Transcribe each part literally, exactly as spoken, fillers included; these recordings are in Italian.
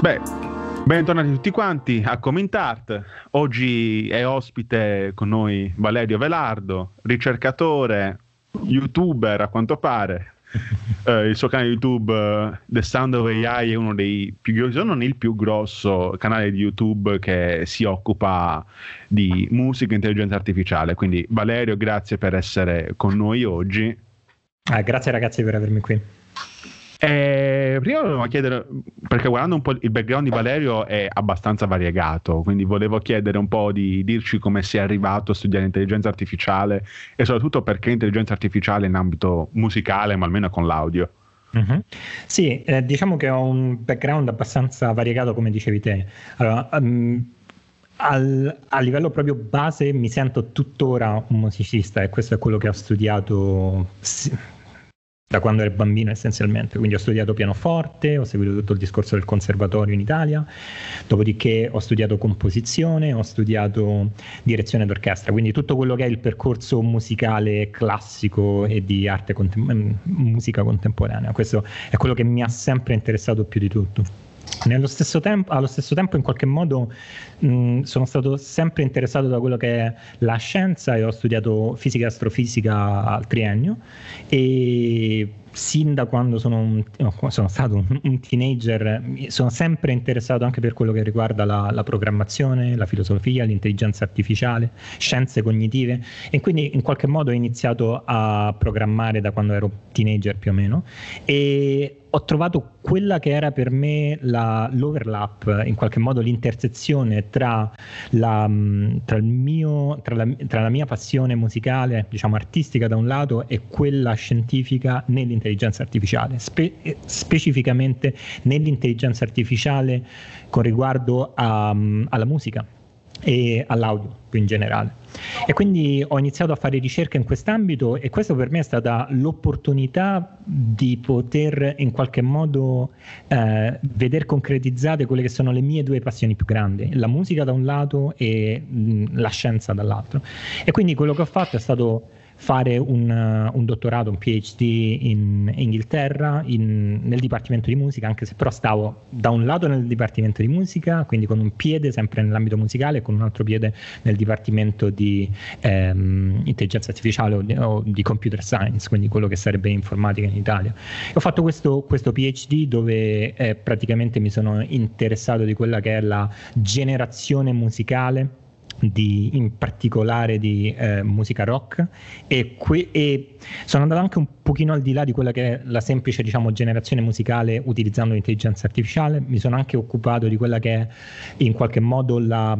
Beh, bentornati tutti quanti a Comintart. Oggi è ospite con noi Valerio Velardo, ricercatore, youtuber a quanto pare. Uh, il suo canale YouTube uh, The Sound of A I è uno dei più grossi, se non il più grosso canale di YouTube che si occupa di musica e intelligenza artificiale. Quindi Valerio, grazie per essere con noi oggi. Ah, grazie ragazzi per avermi qui. Eh, prima volevo chiedere, perché guardando un po' il background di Valerio è abbastanza variegato, quindi volevo chiedere un po' di dirci come sei arrivato a studiare intelligenza artificiale e soprattutto perché intelligenza artificiale in ambito musicale, ma almeno con l'audio. Mm-hmm. Sì, eh, diciamo che ho un background abbastanza variegato, come dicevi te. Allora, um, al, a livello proprio base mi sento tuttora un musicista e questo è quello che ho studiato sì, da quando ero bambino essenzialmente. Quindi ho studiato pianoforte, ho seguito tutto il discorso del conservatorio in Italia, dopodiché ho studiato composizione, ho studiato direzione d'orchestra, quindi tutto quello che è il percorso musicale classico e di arte contem- musica contemporanea. Questo è quello che mi ha sempre interessato più di tutto. Nello stesso tempo, allo stesso tempo in qualche modo mh, sono stato sempre interessato da quello che è la scienza e ho studiato fisica e astrofisica al triennio e sin da quando sono, un, sono stato un, un teenager mi sono sempre interessato anche per quello che riguarda la, la programmazione, la filosofia, l'intelligenza artificiale, scienze cognitive e quindi in qualche modo ho iniziato a programmare da quando ero teenager più o meno e ho trovato quella che era per me la, l'overlap, in qualche modo l'intersezione tra la, tra il mio, tra la, tra la mia passione musicale, diciamo artistica da un lato, e quella scientifica nell'intelligenza artificiale, spe, specificamente nell'intelligenza artificiale con riguardo a, alla musica e all'audio più in generale. E quindi ho iniziato a fare ricerca in quest'ambito e questo per me è stata l'opportunità di poter in qualche modo eh, veder concretizzate quelle che sono le mie due passioni più grandi, la musica da un lato e mh, la scienza dall'altro. E quindi quello che ho fatto è stato fare un, uh, un dottorato, un PhD in Inghilterra in, nel Dipartimento di Musica, anche se però stavo da un lato nel Dipartimento di Musica, quindi con un piede sempre nell'ambito musicale e con un altro piede nel Dipartimento di ehm, Intelligenza Artificiale o di, o di Computer Science, quindi quello che sarebbe informatica in Italia. E ho fatto questo, questo PhD dove eh, praticamente mi sono interessato di quella che è la generazione musicale, di, in particolare di eh, musica rock e, que- e sono andato anche un pochino al di là di quella che è la semplice diciamo generazione musicale utilizzando l'intelligenza artificiale. Mi sono anche occupato di quella che è in qualche modo la,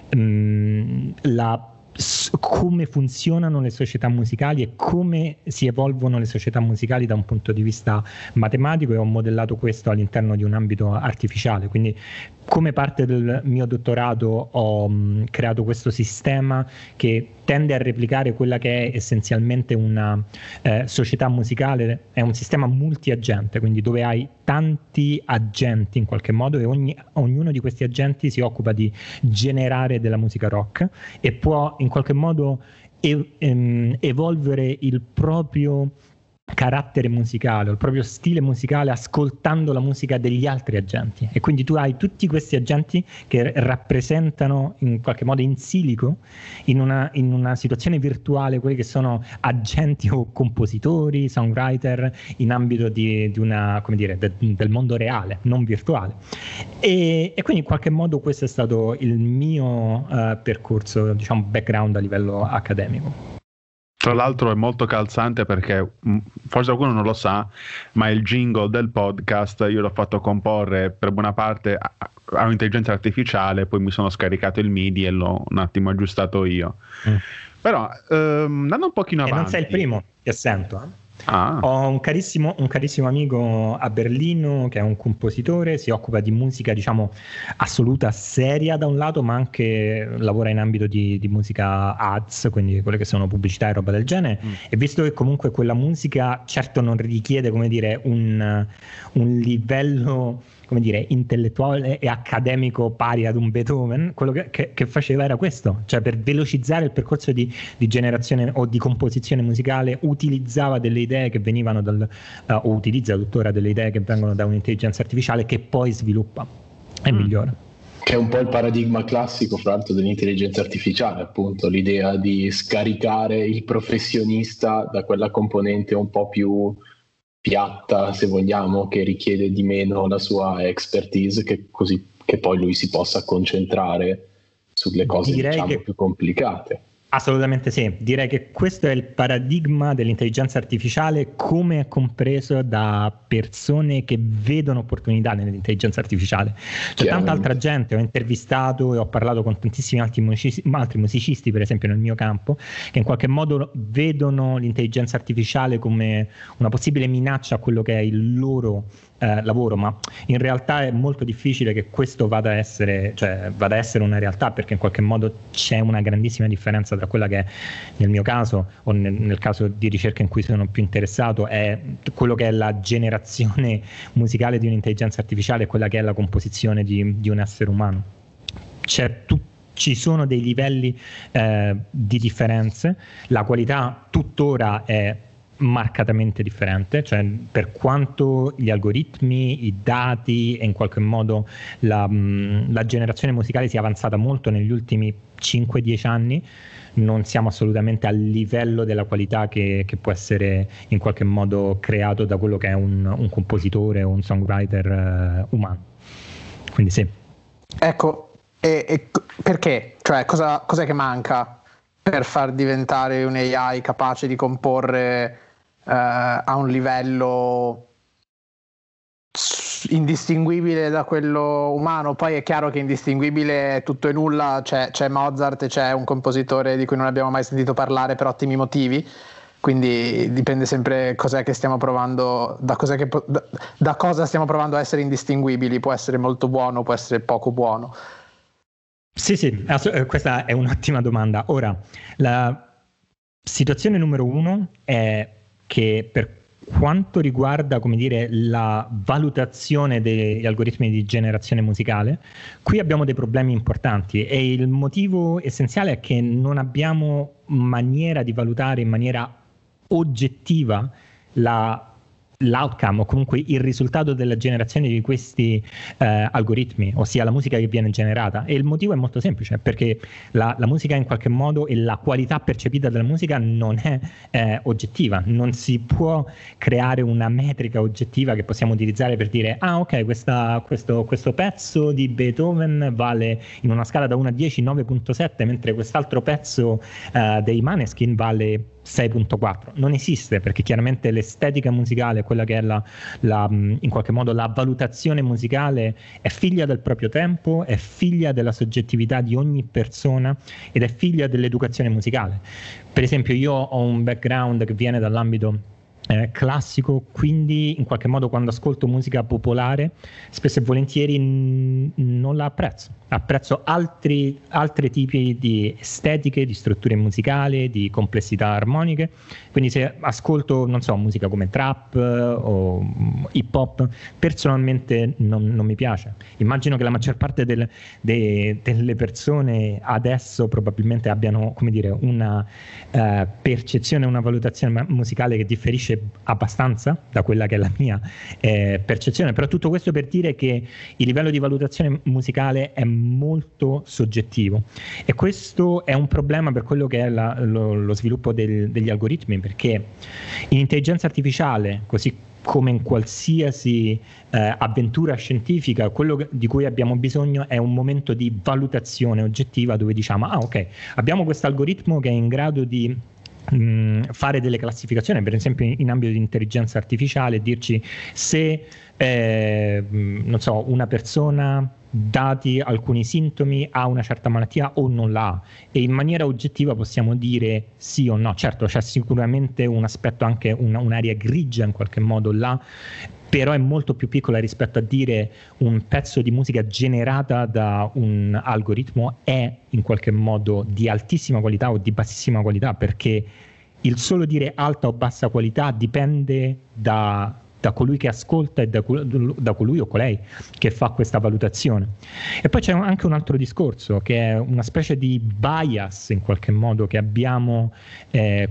mh, la come funzionano le società musicali e come si evolvono le società musicali da un punto di vista matematico e ho modellato questo all'interno di un ambito artificiale, quindi come parte del mio dottorato ho mh, creato questo sistema che tende a replicare quella che è essenzialmente una eh, società musicale, è un sistema multiagente, quindi dove hai tanti agenti in qualche modo e ogni, ognuno di questi agenti si occupa di generare della musica rock e può in qualche modo e, ehm, evolvere il proprio carattere musicale, il proprio stile musicale ascoltando la musica degli altri agenti e quindi tu hai tutti questi agenti che rappresentano in qualche modo in silico in una, in una situazione virtuale quelli che sono agenti o compositori, songwriter in ambito di, di una, come dire, de, del mondo reale, non virtuale e, e quindi in qualche modo questo è stato il mio uh, percorso, diciamo background a livello accademico. Tra l'altro è molto calzante perché forse qualcuno non lo sa, ma il jingle del podcast io l'ho fatto comporre per buona parte a, a un'intelligenza artificiale, poi mi sono scaricato il MIDI e l'ho un attimo aggiustato io. Mm. Però ehm, andando un pochino avanti. E non sei il primo che sento, eh? Ah. Ho un carissimo, un carissimo amico a Berlino che è un compositore, si occupa di musica diciamo assoluta, seria da un lato, ma anche lavora in ambito di, di musica ads, quindi quelle che sono pubblicità e roba del genere mm. e visto che comunque quella musica certo non richiede come dire un, un livello come dire, intellettuale e accademico pari ad un Beethoven, quello che, che, che faceva era questo, cioè per velocizzare il percorso di, di generazione o di composizione musicale utilizzava delle idee che venivano dal, uh, o utilizza tuttora delle idee che vengono da un'intelligenza artificiale che poi sviluppa. è mm. migliore. Che è un po' il paradigma classico, fra l'altro, dell'intelligenza artificiale, appunto, l'idea di scaricare il professionista da quella componente un po' più piatta, se vogliamo, che richiede di meno la sua expertise, che così che poi lui si possa concentrare sulle cose, Direi diciamo, che... più complicate. Assolutamente sì, direi che questo è il paradigma dell'intelligenza artificiale come è compreso da persone che vedono opportunità nell'intelligenza artificiale. C'è tanta altra gente, ho intervistato e ho parlato con tantissimi altri musicisti, altri musicisti, per esempio nel mio campo, che in qualche modo vedono l'intelligenza artificiale come una possibile minaccia a quello che è il loro Eh, lavoro, ma in realtà è molto difficile che questo vada a essere, cioè vada a essere una realtà, perché in qualche modo c'è una grandissima differenza tra quella che nel mio caso o nel, nel caso di ricerca in cui sono più interessato è quello che è la generazione musicale di un'intelligenza artificiale e quella che è la composizione di, di un essere umano. C'è tutto Ci sono dei livelli eh, di differenze, la qualità tuttora è marcatamente differente, cioè per quanto gli algoritmi, i dati e in qualche modo la, la generazione musicale sia avanzata molto negli ultimi cinque dieci anni, non siamo assolutamente al livello della qualità che, che può essere in qualche modo creato da quello che è un, un compositore o un songwriter uh, umano. Quindi sì. Ecco, e, e perché? Cioè cosa, cos'è che manca per far diventare un A I capace di comporre Uh, a un livello indistinguibile da quello umano? Poi è chiaro che indistinguibile è tutto e nulla, c'è, c'è Mozart e c'è un compositore di cui non abbiamo mai sentito parlare per ottimi motivi, quindi dipende sempre cos'è che stiamo provando, da, cos'è che, da, da cosa stiamo provando a essere indistinguibili. Può essere molto buono, può essere poco buono. Sì, sì, questa è un'ottima domanda. Ora, la situazione numero uno è che per quanto riguarda, come dire, la valutazione degli algoritmi di generazione musicale, qui abbiamo dei problemi importanti e il motivo essenziale è che non abbiamo maniera di valutare in maniera oggettiva la l'outcome o comunque il risultato della generazione di questi eh, algoritmi, ossia la musica che viene generata. E il motivo è molto semplice, perché la, la musica in qualche modo e la qualità percepita della musica non è eh, oggettiva, non si può creare una metrica oggettiva che possiamo utilizzare per dire ah ok, questa, questo, questo pezzo di Beethoven vale in una scala da uno a dieci nove virgola sette, mentre quest'altro pezzo eh, dei Maneskin vale sei virgola quattro. Non esiste, perché chiaramente l'estetica musicale, quella che è la, la, in qualche modo la valutazione musicale, è figlia del proprio tempo, è figlia della soggettività di ogni persona ed è figlia dell'educazione musicale. Per esempio, io ho un background che viene dall'ambito Eh, classico, quindi in qualche modo quando ascolto musica popolare spesso e volentieri n- non la apprezzo, apprezzo altri, altri tipi di estetiche, di strutture musicali, di complessità armoniche. Quindi se ascolto, non so, musica come trap eh, o hip hop, personalmente non, non mi piace. Immagino che la maggior parte del, de, delle persone adesso probabilmente abbiano, come dire, una eh, percezione, una valutazione musicale che differisce abbastanza da quella che è la mia eh, percezione, però tutto questo per dire che il livello di valutazione musicale è molto soggettivo e questo è un problema per quello che è la, lo, lo sviluppo del, degli algoritmi, perché in intelligenza artificiale, così come in qualsiasi eh, avventura scientifica, quello che, di cui abbiamo bisogno è un momento di valutazione oggettiva dove diciamo ah ok, abbiamo questo algoritmo che è in grado di fare delle classificazioni, per esempio in ambito di intelligenza artificiale, dirci se eh, non so, una persona, dati alcuni sintomi, ha una certa malattia o non la ha, e in maniera oggettiva possiamo dire sì o no. Certo, c'è sicuramente un aspetto, anche una, un'area grigia in qualche modo là, però è molto più piccola rispetto a dire un pezzo di musica generata da un algoritmo è in qualche modo di altissima qualità o di bassissima qualità, perché il solo dire alta o bassa qualità dipende da, da colui che ascolta e da, da colui o colei che fa questa valutazione. E poi c'è anche un altro discorso, che è una specie di bias in qualche modo che abbiamo eh,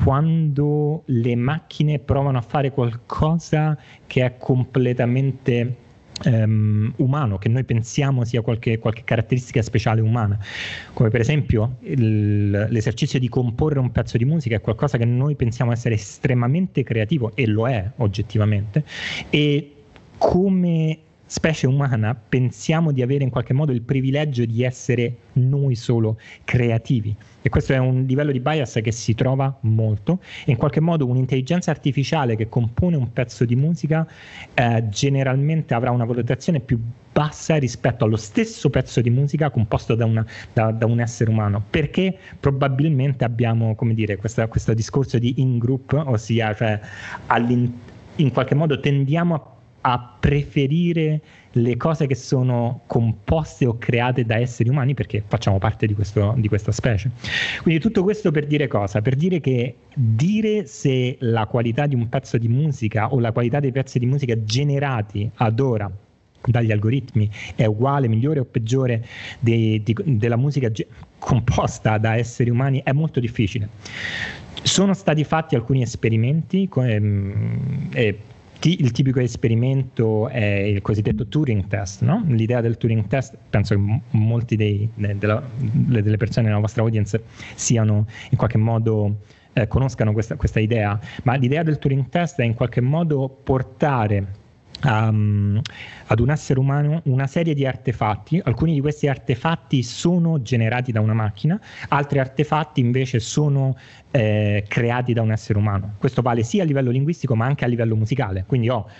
quando le macchine provano a fare qualcosa che è completamente Um, umano, che noi pensiamo sia qualche, qualche caratteristica speciale umana, come per esempio il, l'esercizio di comporre un pezzo di musica è qualcosa che noi pensiamo essere estremamente creativo, e lo è oggettivamente, e come specie umana pensiamo di avere in qualche modo il privilegio di essere noi solo creativi, e questo è un livello di bias che si trova molto, e in qualche modo un'intelligenza artificiale che compone un pezzo di musica eh, generalmente avrà una valutazione più bassa rispetto allo stesso pezzo di musica composto da, una, da, da un essere umano, perché probabilmente abbiamo, come dire, questa, questo discorso di in-group, ossia cioè in qualche modo tendiamo a a preferire le cose che sono composte o create da esseri umani perché facciamo parte di, questo, di questa specie. Quindi tutto questo per dire cosa? Per dire che dire se la qualità di un pezzo di musica o la qualità dei pezzi di musica generati ad ora dagli algoritmi è uguale, migliore o peggiore di, di, della musica ge- composta da esseri umani è molto difficile. Sono stati fatti alcuni esperimenti ehm, e il tipico esperimento è il cosiddetto Turing test, no? L'idea del Turing test, penso che molti dei, della, delle persone nella vostra audience siano in qualche modo eh, conoscano questa, questa idea, ma l'idea del Turing test è in qualche modo portare Um, ad un essere umano una serie di artefatti. Alcuni di questi artefatti sono generati da una macchina, altri artefatti invece sono eh, creati da un essere umano. Questo vale sia a livello linguistico ma anche a livello musicale. Quindi ho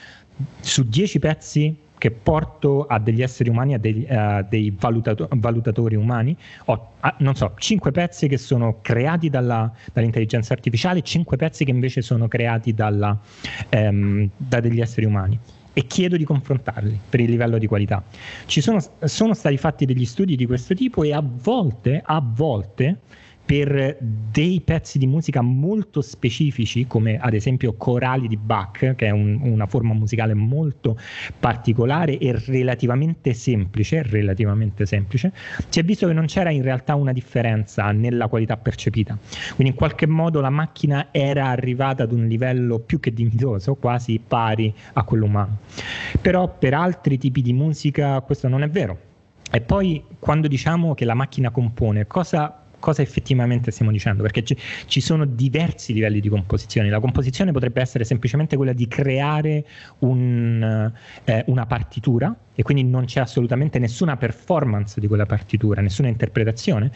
su dieci pezzi che porto a degli esseri umani, a dei, uh, dei valutato- valutatori umani, ho, uh, non so, cinque pezzi che sono creati dalla, dall'intelligenza artificiale, cinque pezzi che invece sono creati dalla, um, da degli esseri umani, e chiedo di confrontarli per il livello di qualità. Ci sono, sono stati fatti degli studi di questo tipo, e a volte, a volte per dei pezzi di musica molto specifici, come ad esempio corali di Bach, che è un, una forma musicale molto particolare e relativamente semplice, relativamente semplice, si è visto che non c'era in realtà una differenza nella qualità percepita. Quindi in qualche modo la macchina era arrivata ad un livello più che dignitoso, quasi pari a quello umano. Però per altri tipi di musica questo non è vero. E poi quando diciamo che la macchina compone, cosa cosa effettivamente stiamo dicendo? Perché ci, ci sono diversi livelli di composizione. La composizione potrebbe essere semplicemente quella di creare un, eh, una partitura, e quindi non c'è assolutamente nessuna performance di quella partitura, nessuna interpretazione,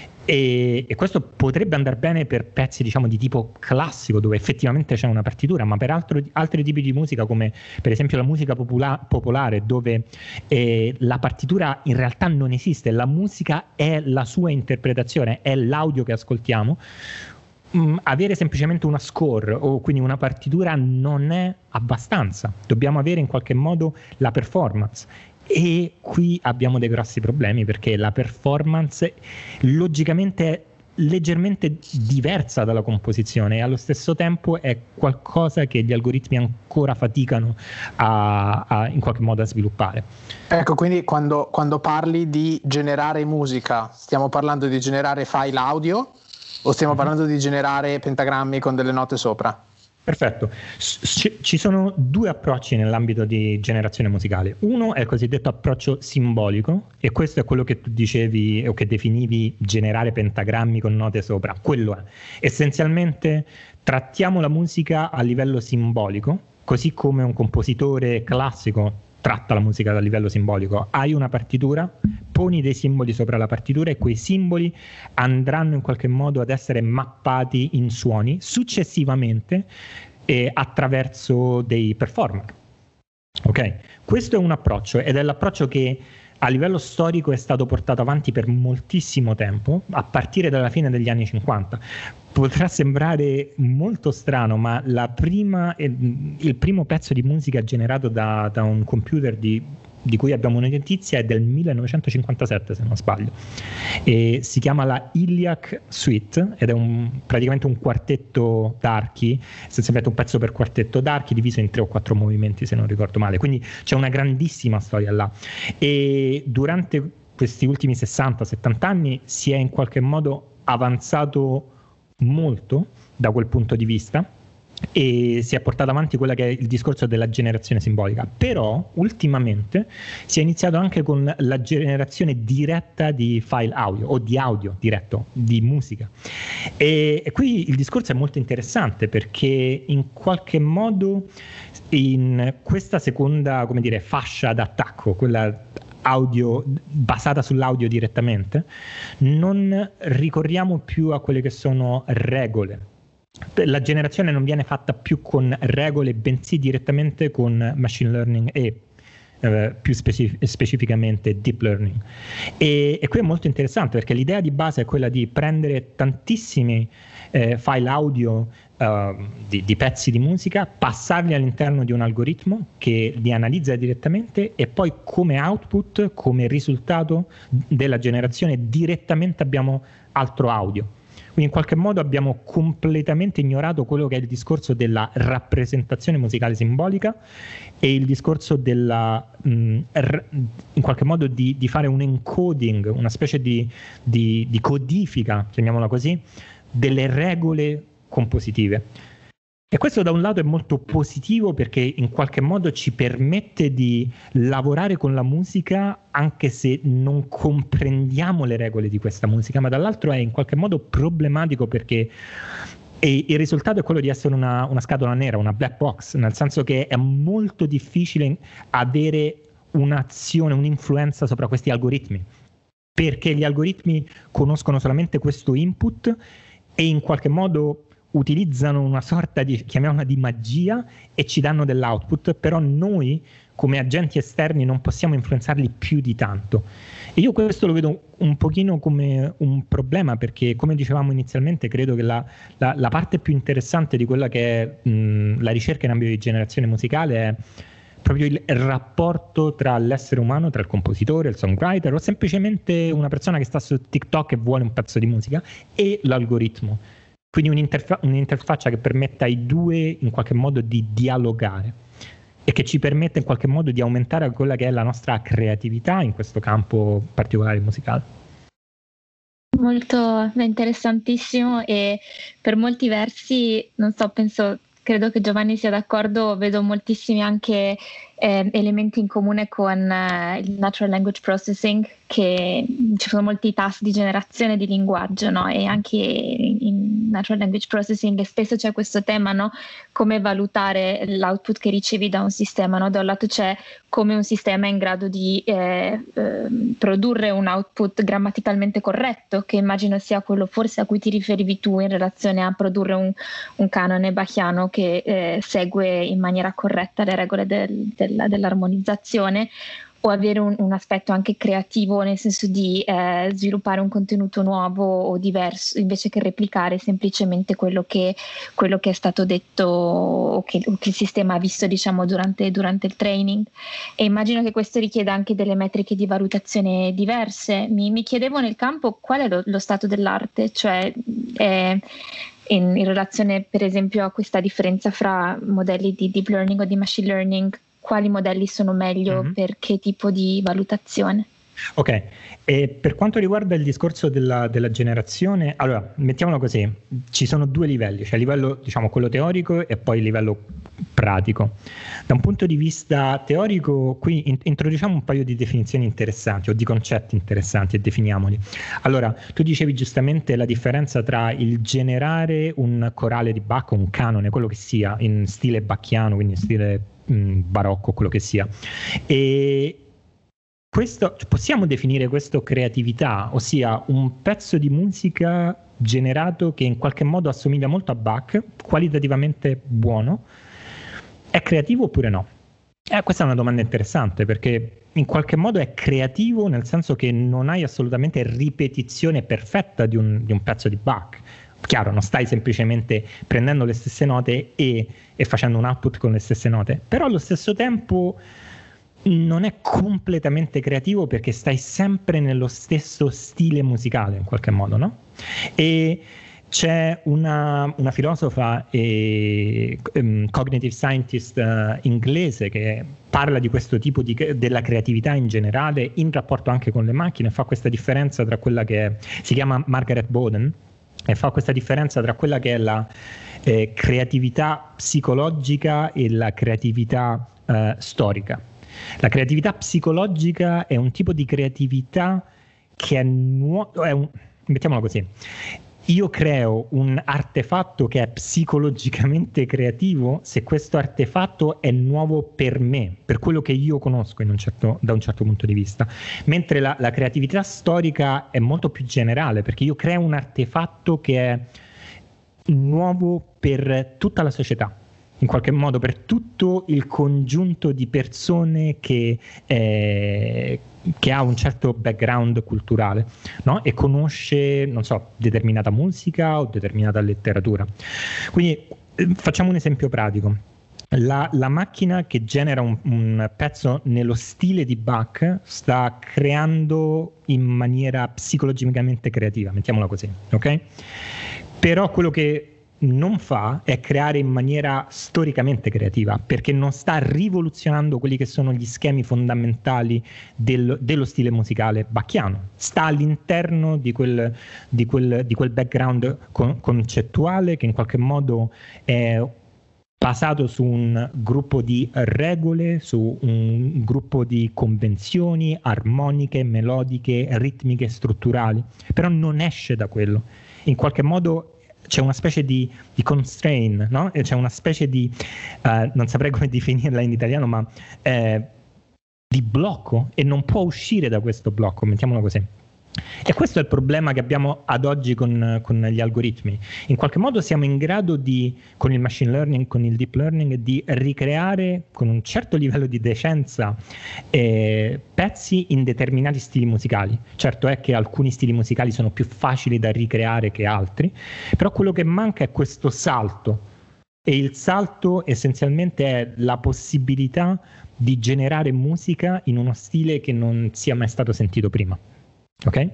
e, e questo potrebbe andare bene per pezzi, diciamo, di tipo classico, dove effettivamente c'è una partitura, ma per altro, altri tipi di musica, come per esempio la musica popola- popolare, dove eh, la partitura in realtà non esiste, la musica è la sua interpretazione, è l'audio che ascoltiamo. Mm, avere semplicemente una score, o quindi una partitura, non è abbastanza. Dobbiamo avere in qualche modo la performance. E qui abbiamo dei grossi problemi, perché la performance logicamente è leggermente diversa dalla composizione, e allo stesso tempo è qualcosa che gli algoritmi ancora faticano a, a in qualche modo a sviluppare. Ecco, quindi quando, quando parli di generare musica, stiamo parlando di generare file audio o stiamo mm-hmm. parlando di generare pentagrammi con delle note sopra? Perfetto. Ci sono due approcci nell'ambito di generazione musicale. Uno è il cosiddetto approccio simbolico, e questo è quello che tu dicevi o che definivi generare pentagrammi con note sopra. Quello è. Essenzialmente trattiamo la musica a livello simbolico, così come un compositore classico tratta la musica a livello simbolico. Hai una partitura, poni dei simboli sopra la partitura, e quei simboli andranno in qualche modo ad essere mappati in suoni successivamente eh, attraverso dei performer. Ok? Questo è un approccio, ed è l'approccio che a livello storico è stato portato avanti per moltissimo tempo, a partire dalla fine degli anni cinquanta. Potrà sembrare molto strano, ma la prima, il primo pezzo di musica generato da, da un computer di, di cui abbiamo una notizia è del millenovecentocinquantasette, se non sbaglio, e si chiama la Illiac Suite, ed è un, praticamente un quartetto d'archi, essenzialmente un pezzo per quartetto d'archi diviso in tre o quattro movimenti, se non ricordo male. Quindi c'è una grandissima storia là, e durante questi ultimi sessanta settanta anni si è in qualche modo avanzato molto da quel punto di vista, e si è portato avanti quella che è il discorso della generazione simbolica, però ultimamente si è iniziato anche con la generazione diretta di file audio o di audio diretto, di musica, e, e qui il discorso è molto interessante perché in qualche modo in questa seconda, come dire, fascia d'attacco, quella audio basata sull'audio direttamente, non ricorriamo più a quelle che sono regole. La generazione non viene fatta più con regole, bensì direttamente con machine learning e eh, più specif- specificamente deep learning. E, e qui è molto interessante perché l'idea di base è quella di prendere tantissimi eh, file audio uh, di, di pezzi di musica, passarli all'interno di un algoritmo che li analizza direttamente e poi come output, come risultato della generazione direttamente abbiamo altro audio. Quindi in qualche modo abbiamo completamente ignorato quello che è il discorso della rappresentazione musicale simbolica e il discorso della, mh, in qualche modo di, di fare un encoding, una specie di, di, di codifica, chiamiamola così, delle regole compositive. E questo da un lato è molto positivo perché in qualche modo ci permette di lavorare con la musica anche se non comprendiamo le regole di questa musica, ma dall'altro è in qualche modo problematico perché e il risultato è quello di essere una, una scatola nera, una black box, nel senso che è molto difficile avere un'azione, un'influenza sopra questi algoritmi, perché gli algoritmi conoscono solamente questo input e in qualche modo utilizzano una sorta di, chiamiamola di magia, e ci danno dell'output, però noi come agenti esterni non possiamo influenzarli più di tanto. E io questo lo vedo un pochino come un problema perché, come dicevamo inizialmente, credo che la, la, la parte più interessante di quella che è mh, la ricerca in ambito di generazione musicale è proprio il rapporto tra l'essere umano, tra il compositore, il songwriter o semplicemente una persona che sta su TikTok e vuole un pezzo di musica e l'algoritmo. Quindi un'interfa- un'interfaccia che permetta ai due in qualche modo di dialogare e che ci permette in qualche modo di aumentare quella che è la nostra creatività in questo campo particolare musicale. Molto interessantissimo e per molti versi, non so, penso, credo che Giovanni sia d'accordo, vedo moltissimi anche eh, elementi in comune con eh, il natural language processing, che ci sono molti tassi di generazione di linguaggio, no? E anche in natural language processing spesso c'è questo tema, no? Come valutare l'output che ricevi da un sistema, no? Da un lato c'è come un sistema è in grado di eh, eh, produrre un output grammaticalmente corretto, che immagino sia quello forse a cui ti riferivi tu in relazione a produrre un, un canone bachiano che eh, segue in maniera corretta le regole del, del, dell'armonizzazione, o avere un, un aspetto anche creativo, nel senso di eh, sviluppare un contenuto nuovo o diverso, invece che replicare semplicemente quello che, quello che è stato detto o che, o che il sistema ha visto, diciamo, durante, durante il training. E immagino che questo richieda anche delle metriche di valutazione diverse. Mi, mi chiedevo nel campo qual è lo, lo stato dell'arte, cioè eh, in, in relazione per esempio a questa differenza fra modelli di deep learning o di machine learning. Quali modelli sono meglio mm-hmm. per che tipo di valutazione? Ok, e per quanto riguarda il discorso della, della generazione, allora mettiamolo così, ci sono due livelli, cioè il livello, diciamo, quello teorico e poi il livello pratico. Da un punto di vista teorico, qui in, introduciamo un paio di definizioni interessanti o di concetti interessanti e definiamoli. Allora, tu dicevi giustamente la differenza tra il generare un corale di Bach o un canone, quello che sia, in stile bacchiano, quindi in stile mh, barocco, quello che sia, e questo, possiamo definire questo creatività, ossia un pezzo di musica generato che in qualche modo assomiglia molto a Bach, qualitativamente buono, è creativo oppure no? Eh, questa è una domanda interessante perché in qualche modo è creativo nel senso che non hai assolutamente ripetizione perfetta di un, di un pezzo di Bach. Chiaro, non stai semplicemente prendendo le stesse note e, e facendo un output con le stesse note, però allo stesso tempo non è completamente creativo perché stai sempre nello stesso stile musicale in qualche modo, no? E c'è una, una filosofa e um, cognitive scientist uh, inglese che parla di questo tipo di, della creatività in generale in rapporto anche con le macchine, fa questa differenza tra quella che è, si chiama Margaret Boden, e fa questa differenza tra quella che è la eh, creatività psicologica e la creatività eh, storica. La creatività psicologica è un tipo di creatività che è nuovo, è un, mettiamola così, io creo un artefatto che è psicologicamente creativo se questo artefatto è nuovo per me, per quello che io conosco in un certo, da un certo punto di vista, mentre la, la creatività storica è molto più generale, perché io creo un artefatto che è nuovo per tutta la società, in qualche modo per tutto il congiunto di persone che, eh, che ha un certo background culturale, no? E conosce, non so, determinata musica o determinata letteratura. Quindi eh, facciamo un esempio pratico. La, la macchina che genera un, un pezzo nello stile di Bach sta creando in maniera psicologicamente creativa, mettiamola così, ok? Però quello che non fa è creare in maniera storicamente creativa, perché non sta rivoluzionando quelli che sono gli schemi fondamentali del, dello stile musicale bacchiano, sta all'interno di quel, di quel, di quel background con, concettuale che in qualche modo è basato su un gruppo di regole, su un gruppo di convenzioni armoniche, melodiche, ritmiche, strutturali, però non esce da quello, in qualche modo c'è una specie di, di constraint, no? C'è una specie di, uh, non saprei come definirla in italiano, ma eh, di blocco, e non può uscire da questo blocco, mettiamolo così. E questo è il problema che abbiamo ad oggi con, con gli algoritmi. In qualche modo siamo in grado di, con il machine learning, con il deep learning, di ricreare con un certo livello di decenza eh, pezzi in determinati stili musicali. Certo è che alcuni stili musicali sono più facili da ricreare che altri, però quello che manca è questo salto. E il salto essenzialmente è la possibilità di generare musica in uno stile che non sia mai stato sentito prima. Ok?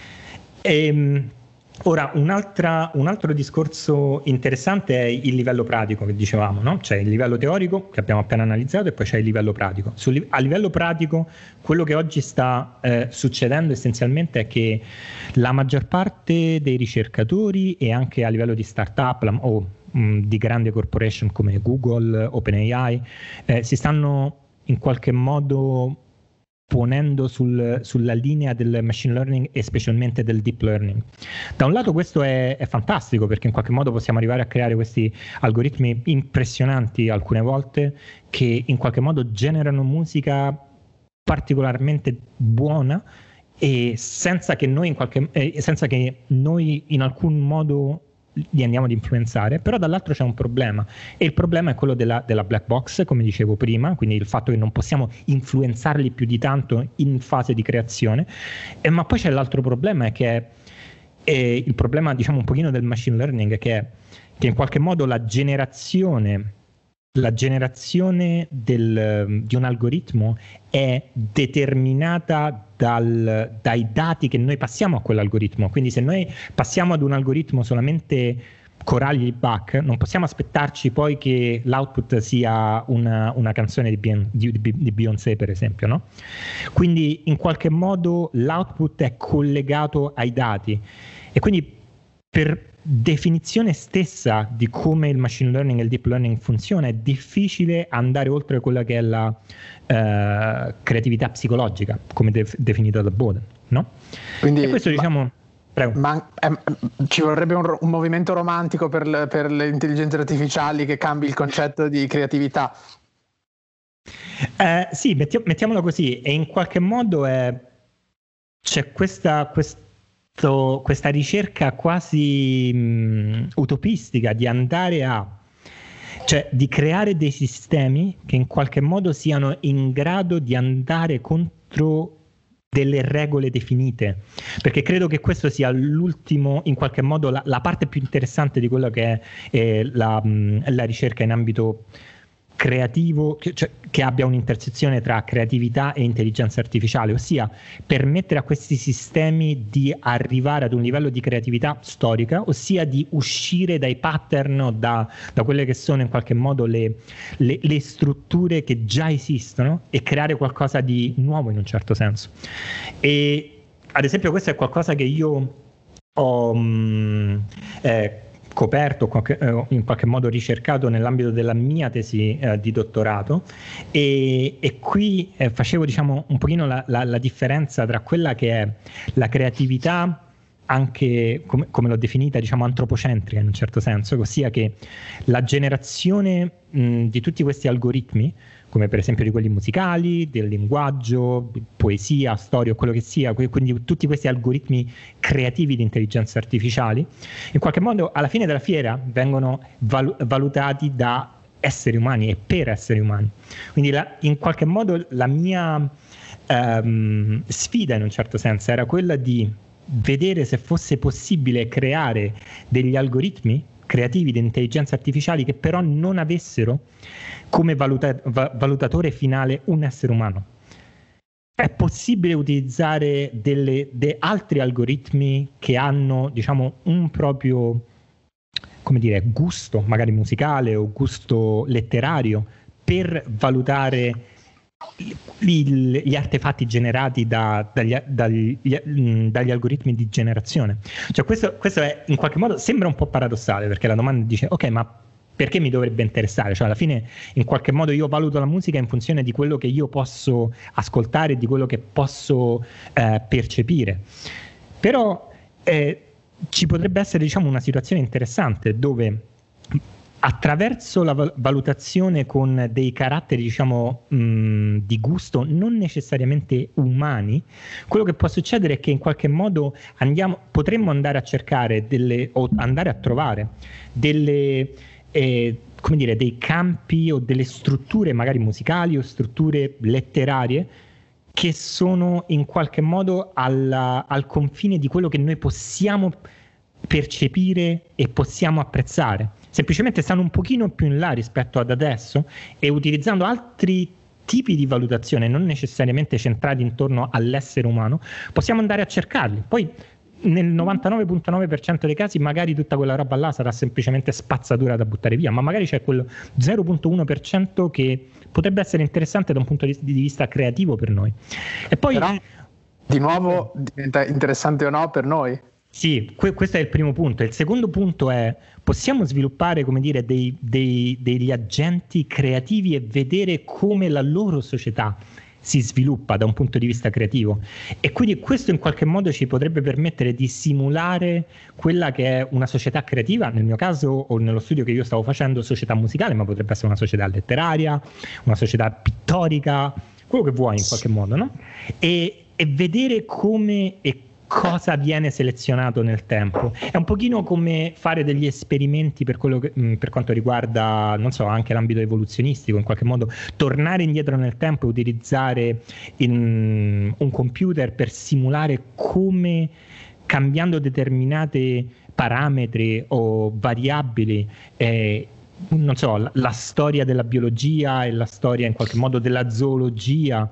E, ora, un'altra, un altro discorso interessante è il livello pratico che dicevamo, no? C'è il livello teorico che abbiamo appena analizzato e poi c'è il livello pratico. Sul, a livello pratico, quello che oggi sta eh, succedendo essenzialmente è che la maggior parte dei ricercatori e anche a livello di startup la, o mh, di grandi corporation come Google, OpenAI, eh, si stanno in qualche modo ponendo sul, sulla linea del machine learning e specialmente del deep learning. Da un lato questo è, è fantastico, perché in qualche modo possiamo arrivare a creare questi algoritmi impressionanti alcune volte che in qualche modo generano musica particolarmente buona e senza che noi in qualche eh, senza che noi in alcun modo li andiamo ad influenzare. Però dall'altro c'è un problema, e il problema è quello della, della black box, come dicevo prima, quindi il fatto che non possiamo influenzarli più di tanto in fase di creazione. E, ma poi c'è l'altro problema, è che è, è il problema, diciamo, un pochino del machine learning, che è che in qualche modo la generazione la generazione del, di un algoritmo è determinata dal, dai dati che noi passiamo a quell'algoritmo. Quindi se noi passiamo ad un algoritmo solamente corali di Bach, non possiamo aspettarci poi che l'output sia una, una canzone di, Beyon- di, di Beyoncé, per esempio, no? Quindi in qualche modo l'output è collegato ai dati, e quindi per definizione stessa di come il machine learning e il deep learning funziona è difficile andare oltre quella che è la uh, creatività psicologica, come def- definita da Boden, no? Quindi, e questo ma, diciamo prego. Ma eh, ci vorrebbe un, un movimento romantico per le, per le intelligenze artificiali che cambi il concetto di creatività. Eh, sì, metti- mettiamolo così, e in qualche modo è, c'è questa, questa questa ricerca quasi mh, utopistica di andare a, cioè di creare dei sistemi che in qualche modo siano in grado di andare contro delle regole definite, perché credo che questo sia l'ultimo, in qualche modo la, la parte più interessante di quello che è eh, la, mh, la ricerca in ambito creativo, che, cioè, che abbia un'intersezione tra creatività e intelligenza artificiale, ossia permettere a questi sistemi di arrivare ad un livello di creatività storica, ossia di uscire dai pattern o da, da quelle che sono in qualche modo le, le, le strutture che già esistono e creare qualcosa di nuovo in un certo senso. E ad esempio questo è qualcosa che io ho mh, eh, coperto, qualche, eh, in qualche modo ricercato nell'ambito della mia tesi eh, di dottorato, e, e qui eh, facevo diciamo un pochino la, la, la differenza tra quella che è la creatività, anche come, come l'ho definita, diciamo antropocentrica in un certo senso, ossia che la generazione mh, di tutti questi algoritmi, come per esempio di quelli musicali, del linguaggio, poesia, storia o quello che sia, quindi tutti questi algoritmi creativi di intelligenza artificiali, in qualche modo alla fine della fiera vengono valu- valutati da esseri umani e per esseri umani. Quindi la, in qualche modo la mia ehm, sfida in un certo senso era quella di vedere se fosse possibile creare degli algoritmi creativi di intelligenza artificiali che però non avessero come valuta- va- valutatore finale un essere umano. È possibile utilizzare delle, de altri algoritmi che hanno, diciamo, un proprio, come dire, gusto, magari musicale o gusto letterario, per valutare gli, gli artefatti generati da, dagli, dagli, dagli algoritmi di generazione. Cioè questo, questo è in qualche modo sembra un po' paradossale, perché la domanda dice ok, ma perché mi dovrebbe interessare? Cioè alla fine in qualche modo io valuto la musica in funzione di quello che io posso ascoltare, di quello che posso eh, percepire. Però eh, ci potrebbe essere, diciamo, una situazione interessante dove attraverso la valutazione con dei caratteri, diciamo, mh, di gusto non necessariamente umani, quello che può succedere è che in qualche modo andiamo, potremmo andare a cercare delle, o andare a trovare delle, eh, come dire, dei campi o delle strutture magari musicali o strutture letterarie che sono in qualche modo alla, al confine di quello che noi possiamo percepire e possiamo apprezzare. Semplicemente stanno un pochino più in là rispetto ad adesso, e utilizzando altri tipi di valutazione non necessariamente centrati intorno all'essere umano possiamo andare a cercarli. Poi nel novantanove virgola nove per cento dei casi magari tutta quella roba là sarà semplicemente spazzatura da buttare via, ma magari c'è quello zero virgola uno per cento che potrebbe essere interessante da un punto di vista creativo per noi. E poi però di nuovo diventa interessante o no per noi? Sì, que- questo è il primo punto. Il secondo punto è: possiamo sviluppare, come dire, dei, dei, degli agenti creativi e vedere come la loro società si sviluppa da un punto di vista creativo, e quindi questo in qualche modo ci potrebbe permettere di simulare quella che è una società creativa, nel mio caso o nello studio che io stavo facendo società musicale, ma potrebbe essere una società letteraria, una società pittorica, quello che vuoi in qualche modo, no? E, e vedere come e cosa viene selezionato nel tempo. È un pochino come fare degli esperimenti per quello che, per quanto riguarda, non so, anche l'ambito evoluzionistico, in qualche modo tornare indietro nel tempo e utilizzare in, un computer per simulare come, cambiando determinate parametri o variabili, eh, non so, la, la storia della biologia e la storia in qualche modo della zoologia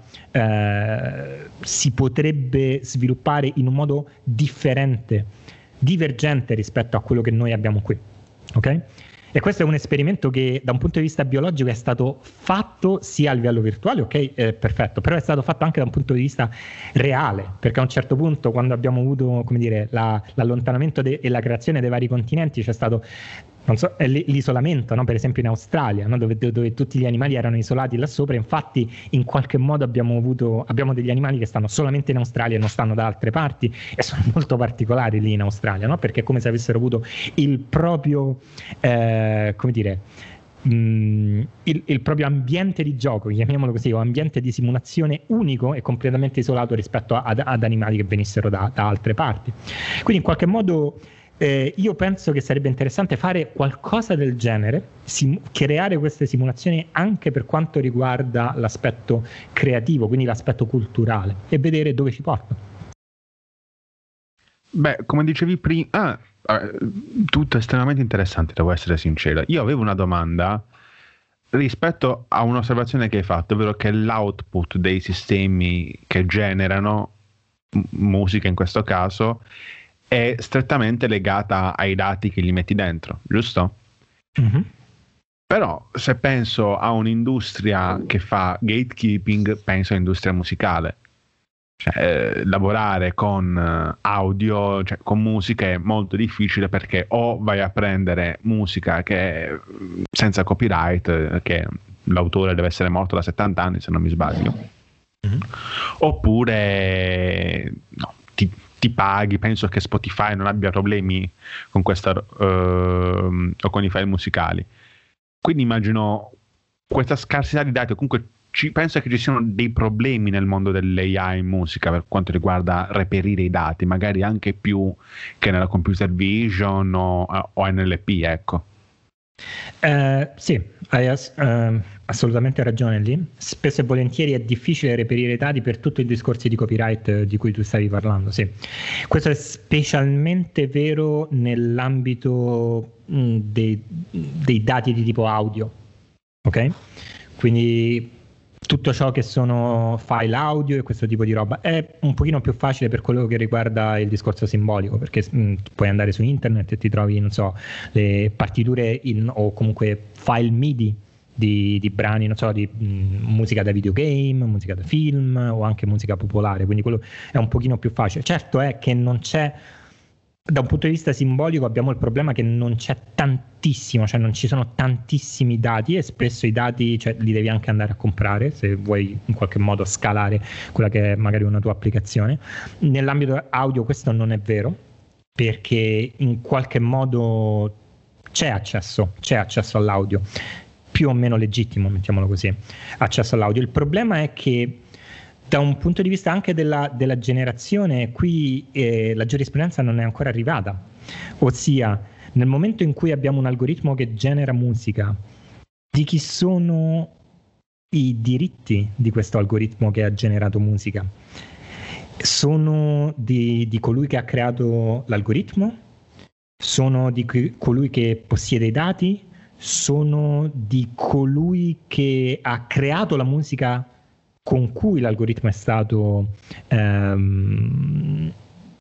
eh, si potrebbe sviluppare in un modo differente, divergente rispetto a quello che noi abbiamo qui, ok? E questo è un esperimento che da un punto di vista biologico è stato fatto sia a livello virtuale, ok, eh, perfetto, però è stato fatto anche da un punto di vista reale, perché a un certo punto, quando abbiamo avuto, come dire, la, l'allontanamento de- e la creazione dei vari continenti, c'è stato, non so, l'isolamento, no? Per esempio in Australia, no? dove, dove tutti gli animali erano isolati là sopra. Infatti in qualche modo abbiamo avuto abbiamo degli animali che stanno solamente in Australia e non stanno da altre parti, e sono molto particolari lì in Australia, no? Perché è come se avessero avuto il proprio eh, come dire mh, il, il proprio ambiente di gioco, chiamiamolo così, o ambiente di simulazione unico e completamente isolato rispetto a, ad, ad animali che venissero da, da altre parti. Quindi in qualche modo Eh, io penso che sarebbe interessante fare qualcosa del genere, sim- creare queste simulazioni anche per quanto riguarda l'aspetto creativo, quindi l'aspetto culturale, e vedere dove ci porta. Beh, come dicevi prima, ah, tutto estremamente interessante, devo essere sincero. Io avevo una domanda rispetto a un'osservazione che hai fatto, ovvero che l'output dei sistemi che generano m- musica in questo caso è strettamente legata ai dati che gli metti dentro, giusto? Mm-hmm. Però se penso a un'industria che fa gatekeeping, penso all'industria musicale. Cioè, eh, lavorare con audio, cioè con musica è molto difficile, perché o vai a prendere musica che senza copyright, che l'autore deve essere morto da settanta anni se non mi sbaglio, mm-hmm. oppure no, ti, ti paghi. Penso che Spotify non abbia problemi con questa uh, o con i file musicali, quindi immagino questa scarsità di dati, o comunque Ci, penso che ci siano dei problemi nel mondo dell'A I in musica per quanto riguarda reperire i dati, magari anche più che nella computer vision o, o N L P, ecco. Eh, sì, hai as- eh, assolutamente ragione lì. Spesso e volentieri è difficile reperire i dati per tutto il discorso di copyright di cui tu stavi parlando, sì. Questo è specialmente vero nell'ambito mh, dei, dei dati di tipo audio, ok? Quindi tutto ciò che sono file audio e questo tipo di roba è un pochino più facile per quello che riguarda il discorso simbolico, perché mh, puoi andare su internet e ti trovi, non so, le partiture in, o comunque file MIDI di, di brani, non so, di mh, musica da videogame, musica da film o anche musica popolare, quindi quello è un pochino più facile. Certo è che non c'è, da un punto di vista simbolico abbiamo il problema che non c'è tantissimo, cioè non ci sono tantissimi dati, e spesso i dati, cioè, li devi anche andare a comprare se vuoi in qualche modo scalare quella che è magari una tua applicazione. Nell'ambito audio questo non è vero, perché in qualche modo c'è accesso, c'è accesso all'audio, più o meno legittimo, mettiamolo così, accesso all'audio. Il problema è che da un punto di vista anche della, della generazione, qui eh, la giurisprudenza non è ancora arrivata, ossia nel momento in cui abbiamo un algoritmo che genera musica, di chi sono i diritti di questo algoritmo che ha generato musica? Sono di, di colui che ha creato l'algoritmo? Sono di chi, colui che possiede i dati? Sono di colui che ha creato la musica con cui l'algoritmo è stato ehm,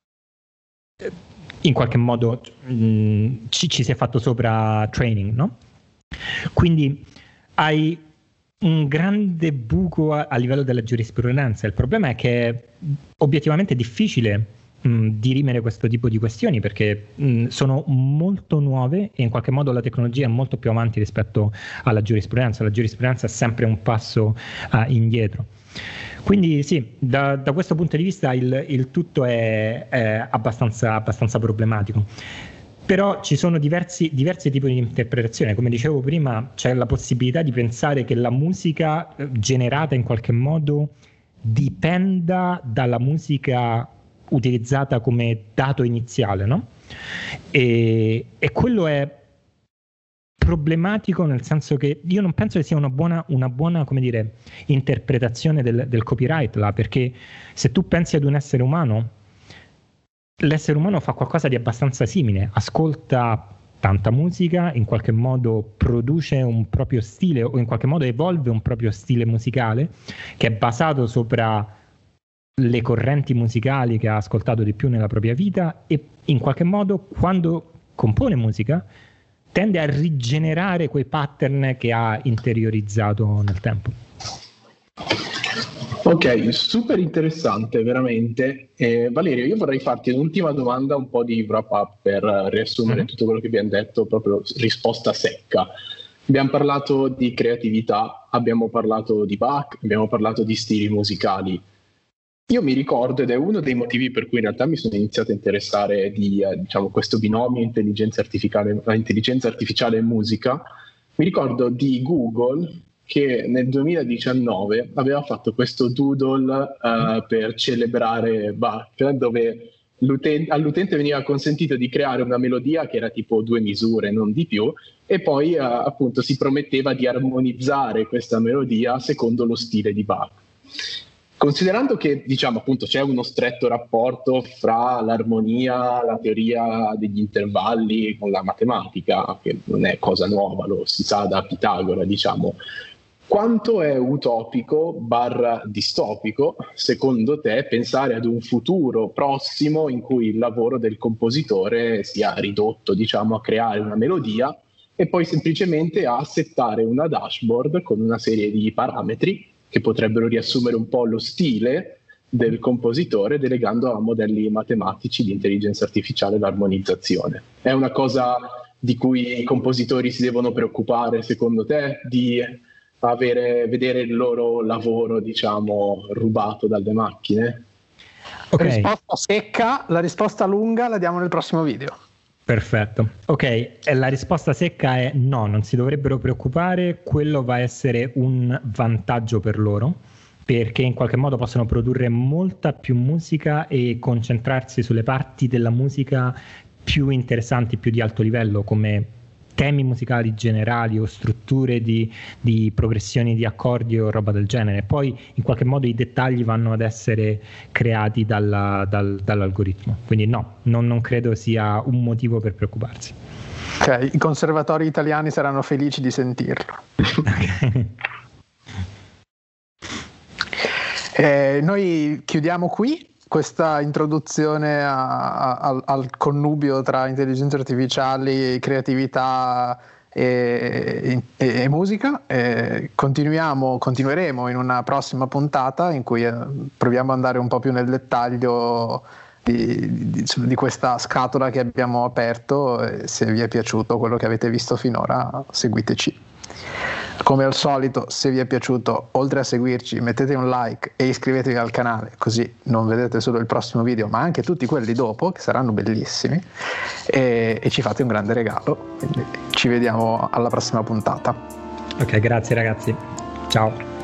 in qualche modo mh, ci, ci si è fatto sopra training, no? Quindi hai un grande buco a, a livello della giurisprudenza. Il problema è che è obiettivamente difficile mh, dirimere questo tipo di questioni, perché mh, sono molto nuove e in qualche modo la tecnologia è molto più avanti rispetto alla giurisprudenza. La giurisprudenza è sempre un passo uh, indietro. Quindi sì, da, da questo punto di vista il, il tutto è, è abbastanza, abbastanza problematico. Però ci sono diversi, diversi tipi di interpretazione. Come dicevo prima, c'è la possibilità di pensare che la musica generata in qualche modo dipenda dalla musica utilizzata come dato iniziale, no? E, e quello è problematico, nel senso che io non penso che sia una buona, una buona come dire, interpretazione del, del copyright là, perché se tu pensi ad un essere umano, l'essere umano fa qualcosa di abbastanza simile, ascolta tanta musica, in qualche modo produce un proprio stile o in qualche modo evolve un proprio stile musicale che è basato sopra le correnti musicali che ha ascoltato di più nella propria vita, e in qualche modo quando compone musica tende a rigenerare quei pattern che ha interiorizzato nel tempo. Ok, super interessante, veramente. Eh, Valerio, io vorrei farti un'ultima domanda, un po' di wrap up per riassumere mm-hmm. tutto quello che abbiamo detto, proprio risposta secca. Abbiamo parlato di creatività, abbiamo parlato di Bach, abbiamo parlato di stili musicali. Io mi ricordo, ed è uno dei motivi per cui in realtà mi sono iniziato a interessare di eh, diciamo, questo binomio intelligenza artificiale, intelligenza artificiale e musica, mi ricordo di Google che nel duemiladiciannove aveva fatto questo doodle uh, per celebrare Bach, dove all'utente veniva consentito di creare una melodia che era tipo due misure, non di più, e poi uh, appunto si prometteva di armonizzare questa melodia secondo lo stile di Bach. Considerando che, diciamo, appunto, c'è uno stretto rapporto fra l'armonia, la teoria degli intervalli con la matematica, che non è cosa nuova, lo si sa da Pitagora, diciamo, quanto è utopico barra distopico, secondo te, pensare ad un futuro prossimo in cui il lavoro del compositore sia ridotto, diciamo, a creare una melodia e poi semplicemente a settare una dashboard con una serie di parametri che potrebbero riassumere un po' lo stile del compositore delegando a modelli matematici di intelligenza artificiale l'armonizzazione. È una cosa di cui i compositori si devono preoccupare, secondo te, di avere, vedere il loro lavoro, diciamo, rubato dalle macchine? Okay. Risposta secca, la risposta lunga la diamo nel prossimo video. Perfetto. Ok, la risposta secca è no, non si dovrebbero preoccupare, quello va a essere un vantaggio per loro, perché in qualche modo possono produrre molta più musica e concentrarsi sulle parti della musica più interessanti, più di alto livello, come temi musicali generali o strutture di, di progressioni di accordi o roba del genere. Poi in qualche modo i dettagli vanno ad essere creati dalla, dal, dall'algoritmo. Quindi no, non, non credo sia un motivo per preoccuparsi. Ok, i conservatori italiani saranno felici di sentirlo. Okay. Eh, noi chiudiamo qui questa introduzione a, a, al connubio tra intelligenze artificiali, creatività e, e, e musica. E continuiamo, continueremo in una prossima puntata in cui proviamo ad andare un po' più nel dettaglio di, di, di questa scatola che abbiamo aperto. E se vi è piaciuto quello che avete visto finora, seguiteci. Come al solito, se vi è piaciuto, oltre a seguirci, mettete un like e iscrivetevi al canale, così non vedete solo il prossimo video, ma anche tutti quelli dopo, che saranno bellissimi, e, e ci fate un grande regalo. Quindi ci vediamo alla prossima puntata. Ok, grazie ragazzi. Ciao.